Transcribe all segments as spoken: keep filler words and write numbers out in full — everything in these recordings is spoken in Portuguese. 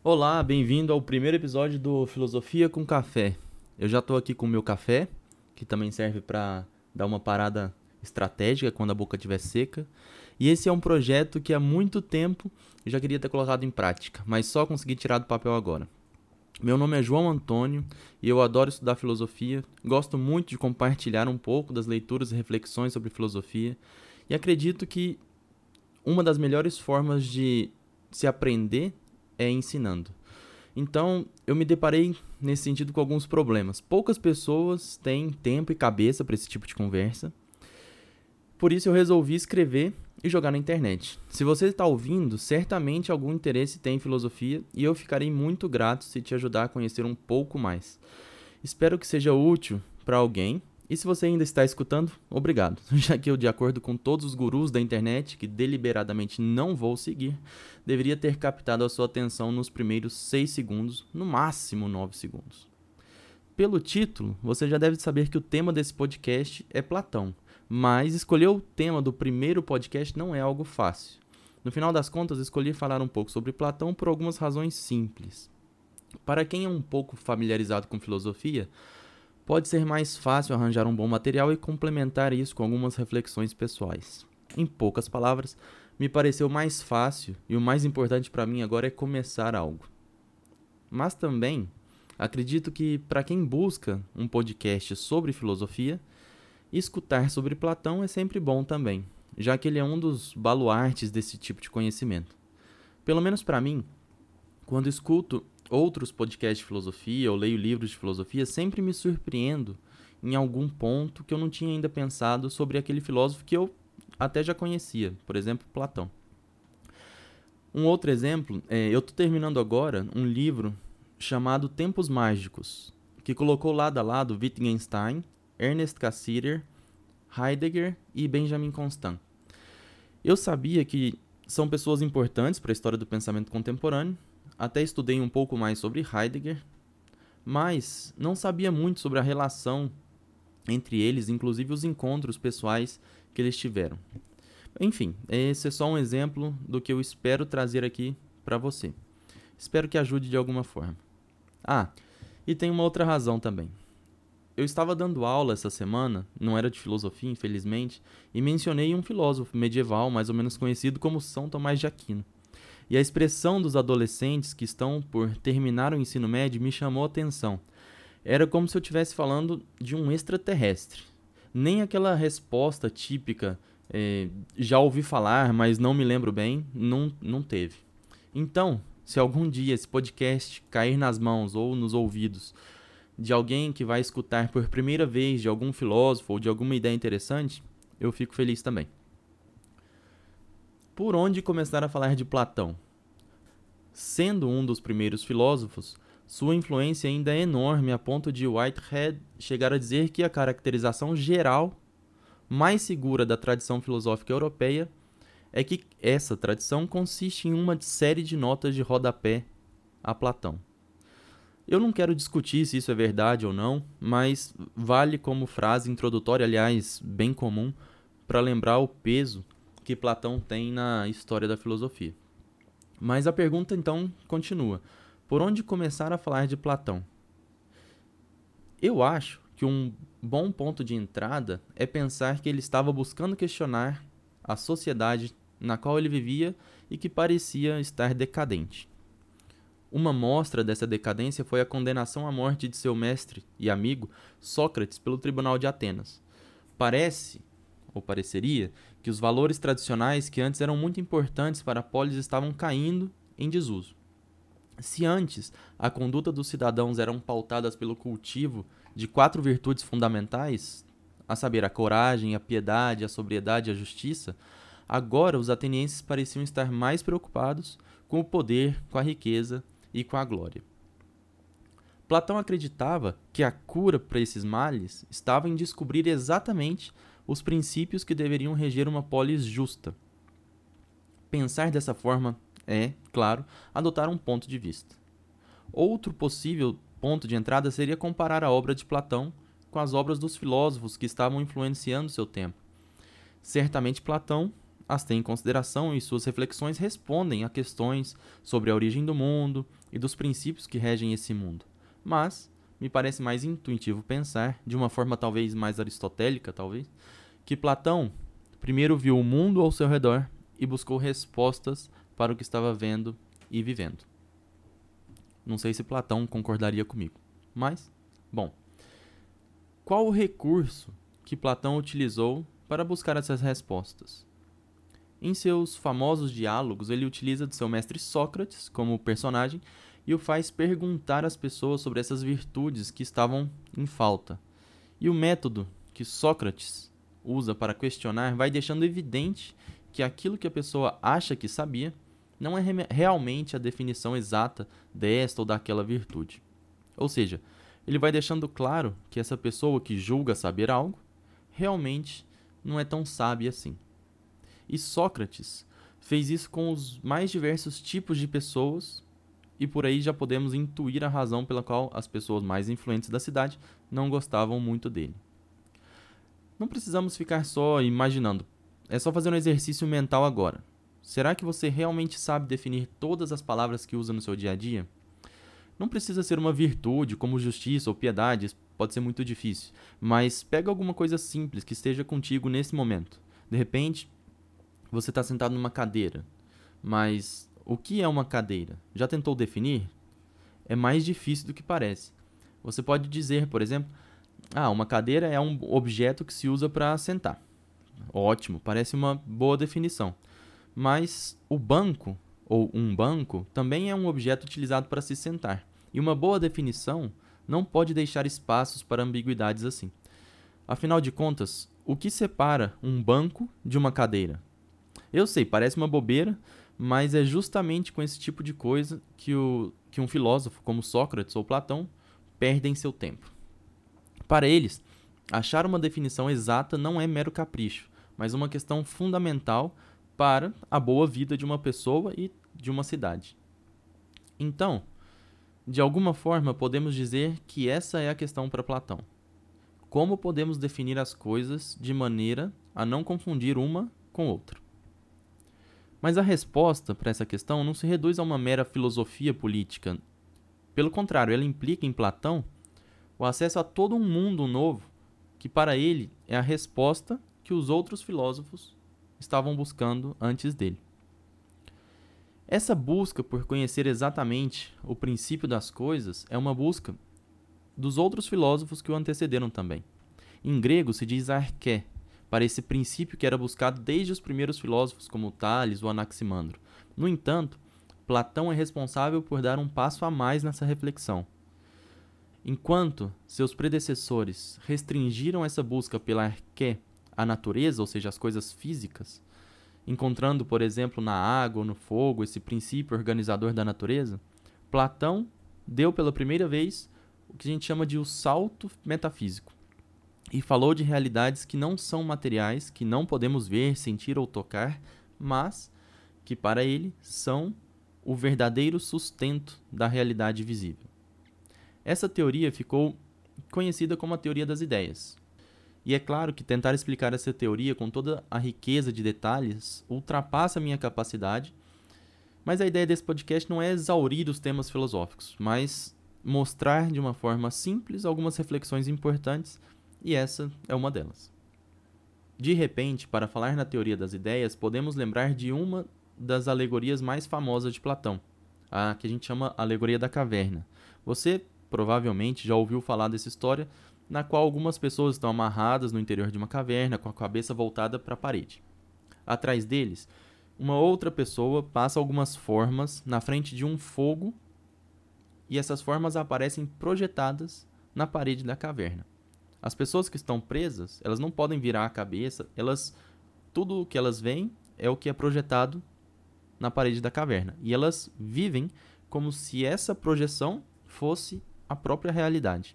Olá, bem-vindo ao primeiro episódio do Filosofia com Café. Eu já estou aqui com o meu café, que também serve para dar uma parada estratégica quando a boca estiver seca. E esse é um projeto que há muito tempo eu já queria ter colocado em prática, mas só consegui tirar do papel agora. Meu nome é João Antônio e eu adoro estudar filosofia, gosto muito de compartilhar um pouco das leituras e reflexões sobre filosofia e acredito que uma das melhores formas de se aprender é ensinando. Então, eu me deparei nesse sentido com alguns problemas. Poucas pessoas têm tempo e cabeça para esse tipo de conversa. Por isso, eu resolvi escrever e jogar na internet. Se você está ouvindo, certamente algum interesse tem em filosofia e eu ficarei muito grato se te ajudar a conhecer um pouco mais. Espero que seja útil para alguém. E se você ainda está escutando, obrigado, já que eu, de acordo com todos os gurus da internet, que deliberadamente não vou seguir, deveria ter captado a sua atenção nos primeiros seis segundos, no máximo nove segundos. Pelo título, você já deve saber que o tema desse podcast é Platão, mas escolher o tema do primeiro podcast não é algo fácil. No final das contas, escolhi falar um pouco sobre Platão por algumas razões simples. Para quem é um pouco familiarizado com filosofia, pode ser mais fácil arranjar um bom material e complementar isso com algumas reflexões pessoais. Em poucas palavras, me pareceu mais fácil e o mais importante para mim agora é começar algo. Mas também acredito que para quem busca um podcast sobre filosofia, escutar sobre Platão é sempre bom também, já que ele é um dos baluartes desse tipo de conhecimento. Pelo menos para mim, quando escuto outros podcasts de filosofia ou leio livros de filosofia, sempre me surpreendo em algum ponto que eu não tinha ainda pensado sobre aquele filósofo que eu até já conhecia, por exemplo, Platão. Um outro exemplo, é, eu estou terminando agora um livro chamado Tempos Mágicos, que colocou lado a lado Wittgenstein, Ernest Cassirer, Heidegger e Benjamin Constant. Eu sabia que são pessoas importantes para a história do pensamento contemporâneo, até estudei um pouco mais sobre Heidegger, mas não sabia muito sobre a relação entre eles, inclusive os encontros pessoais que eles tiveram. Enfim, esse é só um exemplo do que eu espero trazer aqui para você. Espero que ajude de alguma forma. Ah, e tem uma outra razão também. Eu estava dando aula essa semana, não era de filosofia, infelizmente, e mencionei um filósofo medieval mais ou menos conhecido como São Tomás de Aquino. E a expressão dos adolescentes que estão por terminar o ensino médio me chamou a atenção. Era como se eu estivesse falando de um extraterrestre. Nem aquela resposta típica, eh, já ouvi falar, mas não me lembro bem, não, não teve. Então, se algum dia esse podcast cair nas mãos ou nos ouvidos de alguém que vai escutar por primeira vez de algum filósofo ou de alguma ideia interessante, eu fico feliz também. Por onde começar a falar de Platão? Sendo um dos primeiros filósofos, sua influência ainda é enorme a ponto de Whitehead chegar a dizer que a caracterização geral mais segura da tradição filosófica europeia é que essa tradição consiste em uma série de notas de rodapé a Platão. Eu não quero discutir se isso é verdade ou não, mas vale como frase introdutória, aliás, bem comum, para lembrar o peso que Platão tem na história da filosofia. Mas a pergunta então continua: por onde começar a falar de Platão? Eu acho que um bom ponto de entrada é pensar que ele estava buscando questionar a sociedade na qual ele vivia e que parecia estar decadente. Uma mostra dessa decadência foi a condenação à morte de seu mestre e amigo Sócrates pelo Tribunal de Atenas. Parece, ou pareceria, que os valores tradicionais que antes eram muito importantes para a polis estavam caindo em desuso. Se antes a conduta dos cidadãos eram pautadas pelo cultivo de quatro virtudes fundamentais, a saber, a coragem, a piedade, a sobriedade e a justiça, agora os atenienses pareciam estar mais preocupados com o poder, com a riqueza e com a glória. Platão acreditava que a cura para esses males estava em descobrir exatamente os princípios que deveriam reger uma polis justa. Pensar dessa forma é, claro, adotar um ponto de vista. Outro possível ponto de entrada seria comparar a obra de Platão com as obras dos filósofos que estavam influenciando seu tempo. Certamente Platão as tem em consideração e suas reflexões respondem a questões sobre a origem do mundo e dos princípios que regem esse mundo. Mas me parece mais intuitivo pensar, de uma forma talvez mais aristotélica, talvez, que Platão primeiro viu o mundo ao seu redor e buscou respostas para o que estava vendo e vivendo. Não sei se Platão concordaria comigo, mas, bom. Qual o recurso que Platão utilizou para buscar essas respostas? Em seus famosos diálogos, ele utiliza de seu mestre Sócrates como personagem e o faz perguntar às pessoas sobre essas virtudes que estavam em falta. E o método que Sócrates usa para questionar vai deixando evidente que aquilo que a pessoa acha que sabia não é re- realmente a definição exata desta ou daquela virtude. Ou seja, ele vai deixando claro que essa pessoa que julga saber algo realmente não é tão sábia assim. E Sócrates fez isso com os mais diversos tipos de pessoas, e por aí já podemos intuir a razão pela qual as pessoas mais influentes da cidade não gostavam muito dele. Não precisamos ficar só imaginando, é só fazer um exercício mental agora. Será que você realmente sabe definir todas as palavras que usa no seu dia a dia? Não precisa ser uma virtude como justiça ou piedade, isso pode ser muito difícil, mas pega alguma coisa simples que esteja contigo nesse momento. De repente, você está sentado numa cadeira, mas o que é uma cadeira? Já tentou definir? É mais difícil do que parece. Você pode dizer, por exemplo, ah, uma cadeira é um objeto que se usa para sentar. Ótimo, parece uma boa definição. Mas o banco, ou um banco, também é um objeto utilizado para se sentar. E uma boa definição não pode deixar espaços para ambiguidades assim. Afinal de contas, o que separa um banco de uma cadeira? Eu sei, parece uma bobeira, mas é justamente com esse tipo de coisa que, o, que um filósofo como Sócrates ou Platão perdem seu tempo. Para eles, achar uma definição exata não é mero capricho, mas uma questão fundamental para a boa vida de uma pessoa e de uma cidade. Então, de alguma forma, podemos dizer que essa é a questão para Platão. Como podemos definir as coisas de maneira a não confundir uma com outra? Mas a resposta para essa questão não se reduz a uma mera filosofia política. Pelo contrário, ela implica em Platão o acesso a todo um mundo novo que para ele é a resposta que os outros filósofos estavam buscando antes dele. Essa busca por conhecer exatamente o princípio das coisas é uma busca dos outros filósofos que o antecederam também. Em grego se diz arché, para esse princípio que era buscado desde os primeiros filósofos como Tales ou Anaximandro. No entanto, Platão é responsável por dar um passo a mais nessa reflexão. Enquanto seus predecessores restringiram essa busca pela arché à natureza, ou seja, as coisas físicas, encontrando, por exemplo, na água ou no fogo esse princípio organizador da natureza, Platão deu pela primeira vez o que a gente chama de o salto metafísico e falou de realidades que não são materiais, que não podemos ver, sentir ou tocar, mas que para ele são o verdadeiro sustento da realidade visível. Essa teoria ficou conhecida como a teoria das ideias. E é claro que tentar explicar essa teoria com toda a riqueza de detalhes ultrapassa a minha capacidade, mas a ideia desse podcast não é exaurir os temas filosóficos, mas mostrar de uma forma simples algumas reflexões importantes, e essa é uma delas. De repente, para falar na teoria das ideias, podemos lembrar de uma das alegorias mais famosas de Platão, a que a gente chama alegoria da caverna. Você provavelmente já ouviu falar dessa história, na qual algumas pessoas estão amarradas no interior de uma caverna com a cabeça voltada para a parede. Atrás deles, uma outra pessoa passa algumas formas na frente de um fogo e essas formas aparecem projetadas na parede da caverna. As pessoas que estão presas, elas não podem virar a cabeça, elas, tudo o que elas veem é o que é projetado na parede da caverna. E elas vivem como se essa projeção fosse a própria realidade.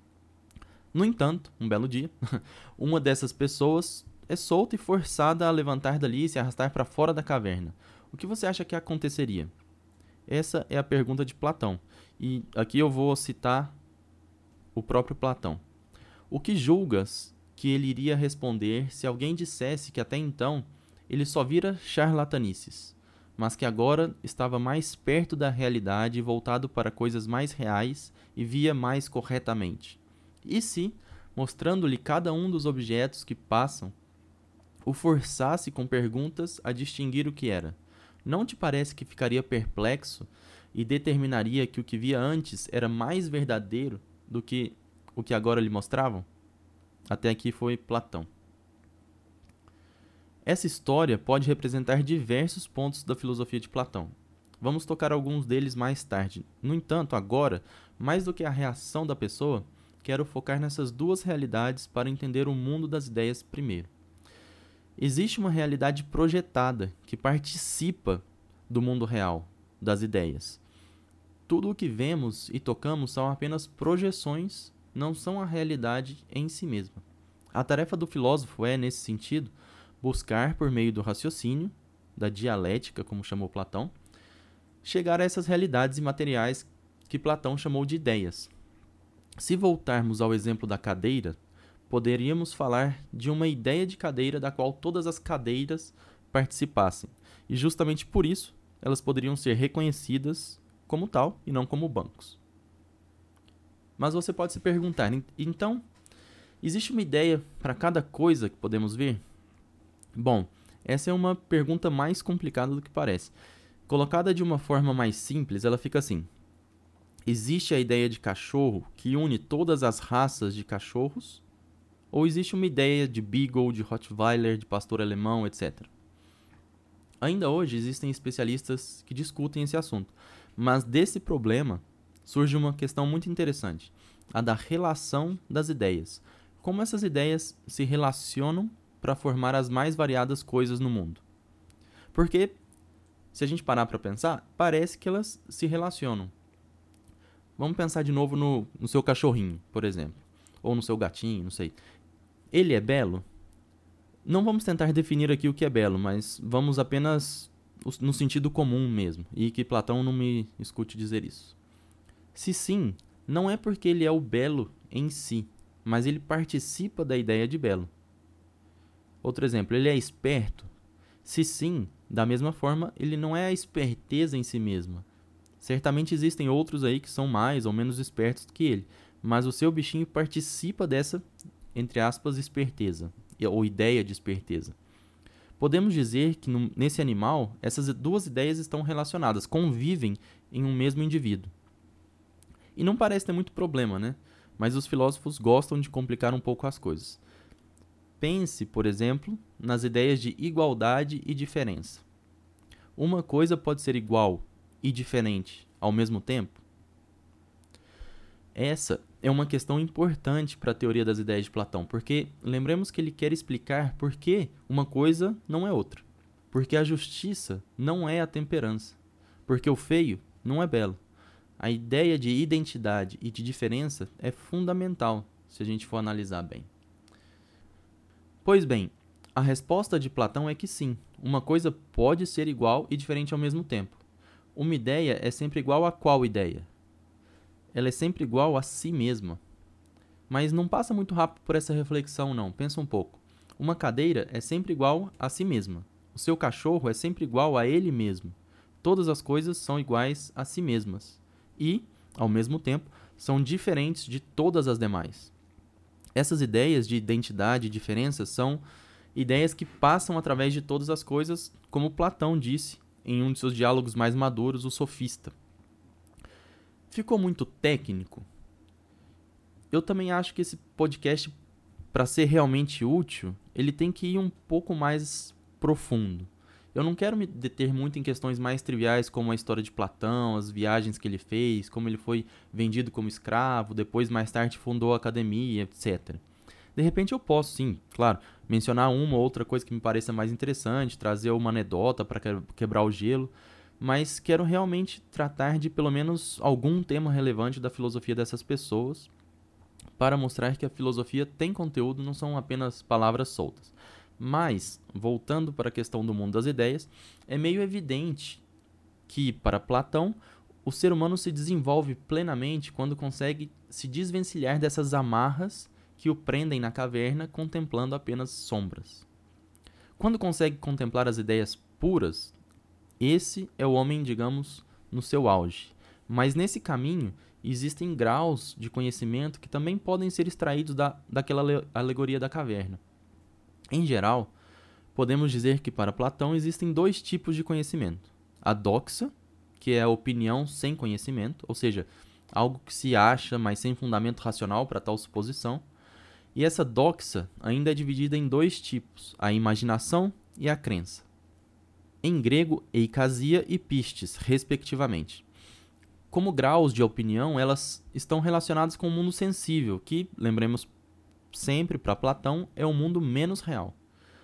No entanto, um belo dia, uma dessas pessoas é solta e forçada a levantar dali e se arrastar para fora da caverna. O que você acha que aconteceria? Essa é a pergunta de Platão. E aqui eu vou citar o próprio Platão. O que julgas que ele iria responder se alguém dissesse que até então ele só vira charlatanices, mas que agora estava mais perto da realidade e voltado para coisas mais reais e via mais corretamente. E se, mostrando-lhe cada um dos objetos que passam, o forçasse com perguntas a distinguir o que era, não te parece que ficaria perplexo e determinaria que o que via antes era mais verdadeiro do que o que agora lhe mostravam? Até aqui foi Platão. Essa história pode representar diversos pontos da filosofia de Platão. Vamos tocar alguns deles mais tarde. No entanto, agora, mais do que a reação da pessoa, quero focar nessas duas realidades para entender o mundo das ideias primeiro. Existe uma realidade projetada que participa do mundo real, das ideias. Tudo o que vemos e tocamos são apenas projeções, não são a realidade em si mesma. A tarefa do filósofo é, nesse sentido, buscar, por meio do raciocínio, da dialética, como chamou Platão, chegar a essas realidades imateriais que Platão chamou de ideias. Se voltarmos ao exemplo da cadeira, poderíamos falar de uma ideia de cadeira da qual todas as cadeiras participassem, e justamente por isso elas poderiam ser reconhecidas como tal e não como bancos. Mas você pode se perguntar, então, existe uma ideia para cada coisa que podemos ver? Bom, essa é uma pergunta mais complicada do que parece. Colocada de uma forma mais simples, ela fica assim: existe a ideia de cachorro que une todas as raças de cachorros? Ou existe uma ideia de Beagle, de Rottweiler, de pastor alemão, etcétera? Ainda hoje existem especialistas que discutem esse assunto, mas desse problema surge uma questão muito interessante, a da relação das ideias. Como essas ideias se relacionam para formar as mais variadas coisas no mundo? Porque, se a gente parar para pensar, parece que elas se relacionam. Vamos pensar de novo no, no seu cachorrinho, por exemplo, ou no seu gatinho, não sei. Ele é belo? Não vamos tentar definir aqui o que é belo, mas vamos apenas no sentido comum mesmo, e que Platão não me escute dizer isso. Se sim, não é porque ele é o belo em si, mas ele participa da ideia de belo. Outro exemplo, ele é esperto? Se sim, da mesma forma, ele não é a esperteza em si mesma. Certamente existem outros aí que são mais ou menos espertos do que ele, mas o seu bichinho participa dessa, entre aspas, esperteza, ou ideia de esperteza. Podemos dizer que no, nesse animal, essas duas ideias estão relacionadas, convivem em um mesmo indivíduo. E não parece ter muito problema, né? Mas os filósofos gostam de complicar um pouco as coisas. Pense, por exemplo, nas ideias de igualdade e diferença. Uma coisa pode ser igual e diferente ao mesmo tempo? Essa é uma questão importante para a teoria das ideias de Platão, porque lembremos que ele quer explicar por que uma coisa não é outra. Porque a justiça não é a temperança. Porque o feio não é belo. A ideia de identidade e de diferença é fundamental, se a gente for analisar bem. Pois bem, a resposta de Platão é que sim, uma coisa pode ser igual e diferente ao mesmo tempo. Uma ideia é sempre igual a qual ideia? Ela é sempre igual a si mesma. Mas não passa muito rápido por essa reflexão, não. Pensa um pouco. Uma cadeira é sempre igual a si mesma. O seu cachorro é sempre igual a ele mesmo. Todas as coisas são iguais a si mesmas. E, ao mesmo tempo, são diferentes de todas as demais. Essas ideias de identidade e diferença são ideias que passam através de todas as coisas, como Platão disse em um de seus diálogos mais maduros, o Sofista. Ficou muito técnico? Eu também acho que esse podcast, para ser realmente útil, ele tem que ir um pouco mais profundo. Eu não quero me deter muito em questões mais triviais, como a história de Platão, as viagens que ele fez, como ele foi vendido como escravo, depois mais tarde fundou a academia, etcétera. De repente eu posso, sim, claro, mencionar uma ou outra coisa que me pareça mais interessante, trazer uma anedota para quebrar o gelo, mas quero realmente tratar de pelo menos algum tema relevante da filosofia dessas pessoas, para mostrar que a filosofia tem conteúdo, não são apenas palavras soltas. Mas, voltando para a questão do mundo das ideias, é meio evidente que, para Platão, o ser humano se desenvolve plenamente quando consegue se desvencilhar dessas amarras que o prendem na caverna contemplando apenas sombras. Quando consegue contemplar as ideias puras, esse é o homem, digamos, no seu auge. Mas nesse caminho existem graus de conhecimento que também podem ser extraídos da, daquela alegoria da caverna. Em geral, podemos dizer que para Platão existem dois tipos de conhecimento. A doxa, que é a opinião sem conhecimento, ou seja, algo que se acha, mas sem fundamento racional para tal suposição. E essa doxa ainda é dividida em dois tipos, a imaginação e a crença. Em grego, eikasia e pistes, respectivamente. Como graus de opinião, elas estão relacionadas com o mundo sensível, que, lembremos sempre para Platão, é o mundo menos real.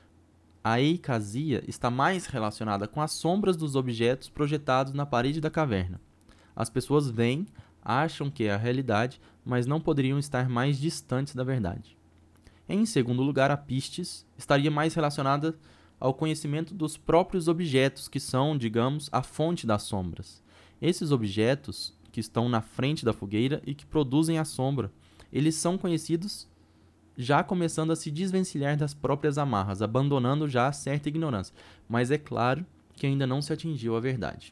A eikasia está mais relacionada com as sombras dos objetos projetados na parede da caverna. As pessoas veem, acham que é a realidade, mas não poderiam estar mais distantes da verdade. Em segundo lugar, a pistes estaria mais relacionada ao conhecimento dos próprios objetos, que são, digamos, a fonte das sombras. Esses objetos que estão na frente da fogueira e que produzem a sombra, eles são conhecidos já começando a se desvencilhar das próprias amarras, abandonando já certa ignorância. Mas é claro que ainda não se atingiu a verdade.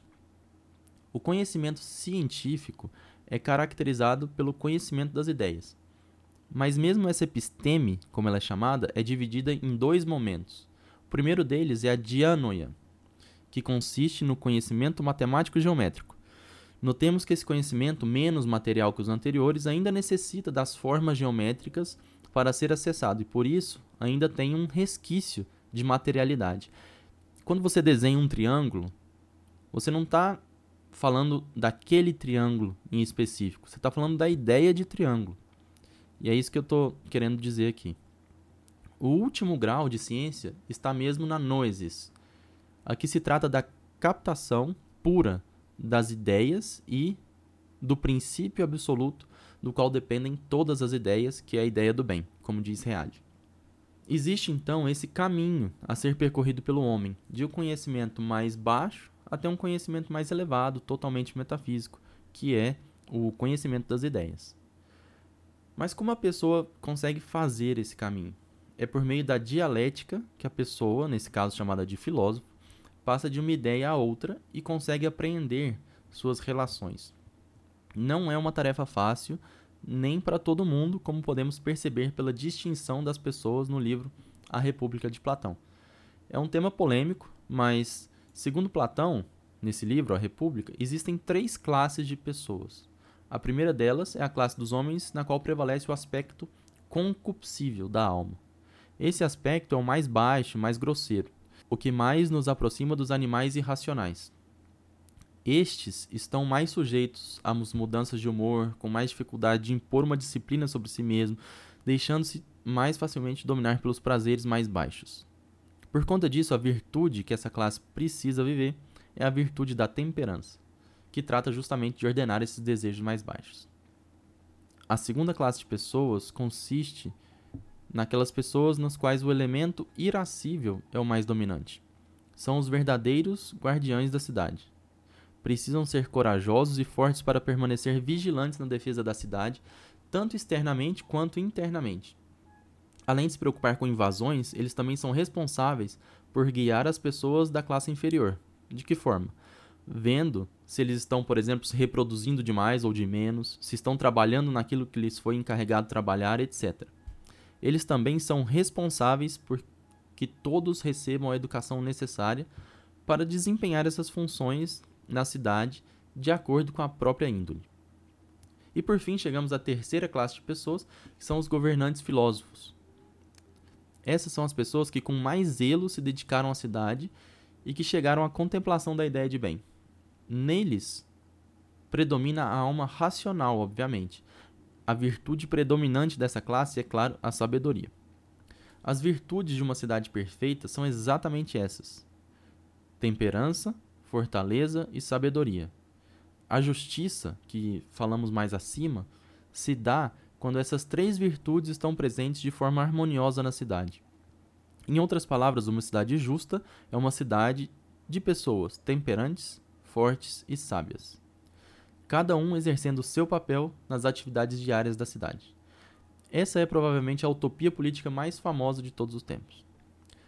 O conhecimento científico é caracterizado pelo conhecimento das ideias. Mas mesmo essa episteme, como ela é chamada, é dividida em dois momentos. O primeiro deles é a dianoia, que consiste no conhecimento matemático geométrico. Notemos que esse conhecimento, menos material que os anteriores, ainda necessita das formas geométricas para ser acessado, e por isso ainda tem um resquício de materialidade. Quando você desenha um triângulo, você não está falando daquele triângulo em específico, você está falando da ideia de triângulo. E é isso que eu estou querendo dizer aqui. O último grau de ciência está mesmo na noesis. Aqui se trata da captação pura das ideias e do princípio absoluto do qual dependem todas as ideias, que é a ideia do bem, como diz Reale. Existe então esse caminho a ser percorrido pelo homem, de um conhecimento mais baixo até um conhecimento mais elevado, totalmente metafísico, que é o conhecimento das ideias. Mas como a pessoa consegue fazer esse caminho? É por meio da dialética que a pessoa, nesse caso chamada de filósofo, passa de uma ideia a outra e consegue apreender suas relações. Não é uma tarefa fácil, nem para todo mundo, como podemos perceber pela distinção das pessoas no livro A República de Platão. É um tema polêmico, mas, segundo Platão, nesse livro, A República, existem três classes de pessoas. A primeira delas é a classe dos homens, na qual prevalece o aspecto concupiscível da alma. Esse aspecto é o mais baixo, mais grosseiro, o que mais nos aproxima dos animais irracionais. Estes estão mais sujeitos às mudanças de humor, com mais dificuldade de impor uma disciplina sobre si mesmo, deixando-se mais facilmente dominar pelos prazeres mais baixos. Por conta disso, a virtude que essa classe precisa viver é a virtude da temperança, que trata justamente de ordenar esses desejos mais baixos. A segunda classe de pessoas consiste naquelas pessoas nas quais o elemento irascível é o mais dominante. São os verdadeiros guardiães da cidade. Precisam ser corajosos e fortes para permanecer vigilantes na defesa da cidade, tanto externamente quanto internamente. Além de se preocupar com invasões, eles também são responsáveis por guiar as pessoas da classe inferior. De que forma? Vendo se eles estão, por exemplo, se reproduzindo de mais ou de menos, se estão trabalhando naquilo que lhes foi encarregado trabalhar, etcétera. Eles também são responsáveis por que todos recebam a educação necessária para desempenhar essas funções na cidade de acordo com a própria índole. E por fim chegamos à terceira classe de pessoas, que são os governantes filósofos. Essas são as pessoas que com mais zelo se dedicaram à cidade e que chegaram à contemplação da ideia de bem. Neles predomina a alma racional, obviamente. A virtude predominante dessa classe é, claro, a sabedoria. As virtudes de uma cidade perfeita são exatamente essas: temperança, fortaleza e sabedoria. A justiça, que falamos mais acima, se dá quando essas três virtudes estão presentes de forma harmoniosa na cidade. Em outras palavras, uma cidade justa é uma cidade de pessoas temperantes, fortes e sábias, cada um exercendo o seu papel nas atividades diárias da cidade. Essa é provavelmente a utopia política mais famosa de todos os tempos.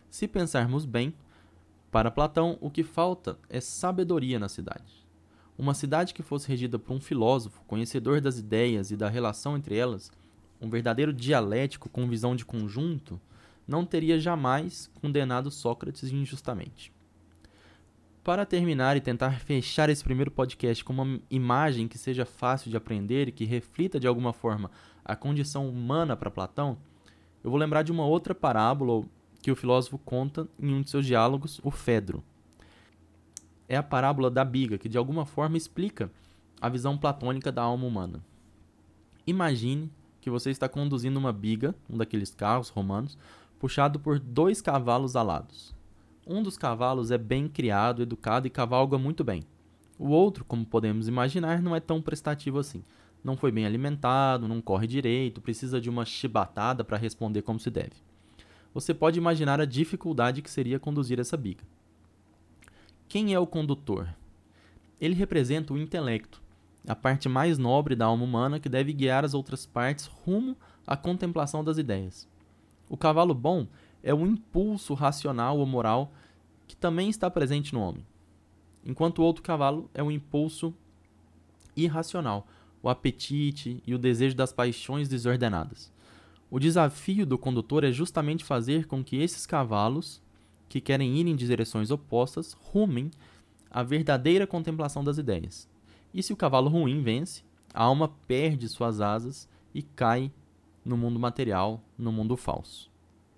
Se pensarmos bem, para Platão, o que falta é sabedoria na cidade. Uma cidade que fosse regida por um filósofo, conhecedor das ideias e da relação entre elas, um verdadeiro dialético com visão de conjunto, não teria jamais condenado Sócrates injustamente. Para terminar e tentar fechar esse primeiro podcast com uma imagem que seja fácil de aprender e que reflita de alguma forma a condição humana para Platão, eu vou lembrar de uma outra parábola que o filósofo conta em um de seus diálogos, o Fedro. É a parábola da biga, que de alguma forma explica a visão platônica da alma humana. Imagine que você está conduzindo uma biga, um daqueles carros romanos, puxado por dois cavalos alados. Um dos cavalos é bem criado, educado e cavalga muito bem. O outro, como podemos imaginar, não é tão prestativo assim. Não foi bem alimentado, não corre direito, precisa de uma chibatada para responder como se deve. Você pode imaginar a dificuldade que seria conduzir essa biga. Quem é o condutor? Ele representa o intelecto, a parte mais nobre da alma humana que deve guiar as outras partes rumo à contemplação das ideias. O cavalo bom é o impulso racional ou moral que também está presente no homem, enquanto o outro cavalo é o impulso irracional, o apetite e o desejo das paixões desordenadas. O desafio do condutor é justamente fazer com que esses cavalos, que querem ir em direções opostas, rumem à verdadeira contemplação das ideias. E se o cavalo ruim vence, a alma perde suas asas e cai no mundo material, no mundo falso.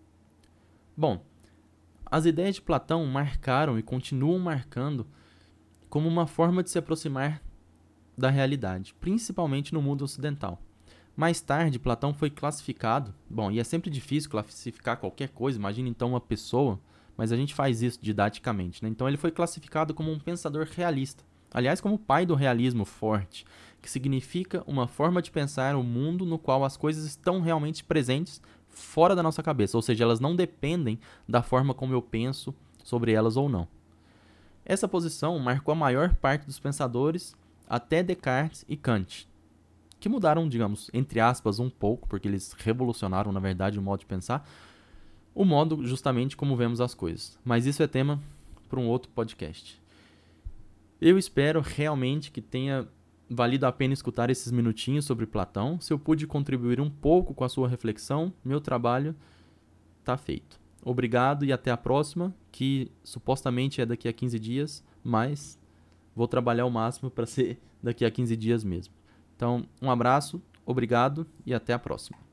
Bom, as ideias de Platão marcaram e continuam marcando como uma forma de se aproximar da realidade, principalmente no mundo ocidental. Mais tarde, Platão foi classificado, bom, e é sempre difícil classificar qualquer coisa, imagina então uma pessoa, mas a gente faz isso didaticamente, né? Então ele foi classificado como um pensador realista, aliás, como o pai do realismo forte, que significa uma forma de pensar o mundo no qual as coisas estão realmente presentes fora da nossa cabeça, ou seja, elas não dependem da forma como eu penso sobre elas ou não. Essa posição marcou a maior parte dos pensadores até Descartes e Kant, que mudaram, digamos, entre aspas, um pouco, porque eles revolucionaram, na verdade, o modo de pensar, o modo justamente como vemos as coisas. Mas isso é tema para um outro podcast. Eu espero realmente que tenha valido a pena escutar esses minutinhos sobre Platão. Se eu pude contribuir um pouco com a sua reflexão, meu trabalho está feito. Obrigado e até a próxima, que supostamente é daqui a quinze dias, mas vou trabalhar o máximo para ser daqui a quinze dias mesmo. Então, um abraço, obrigado e até a próxima.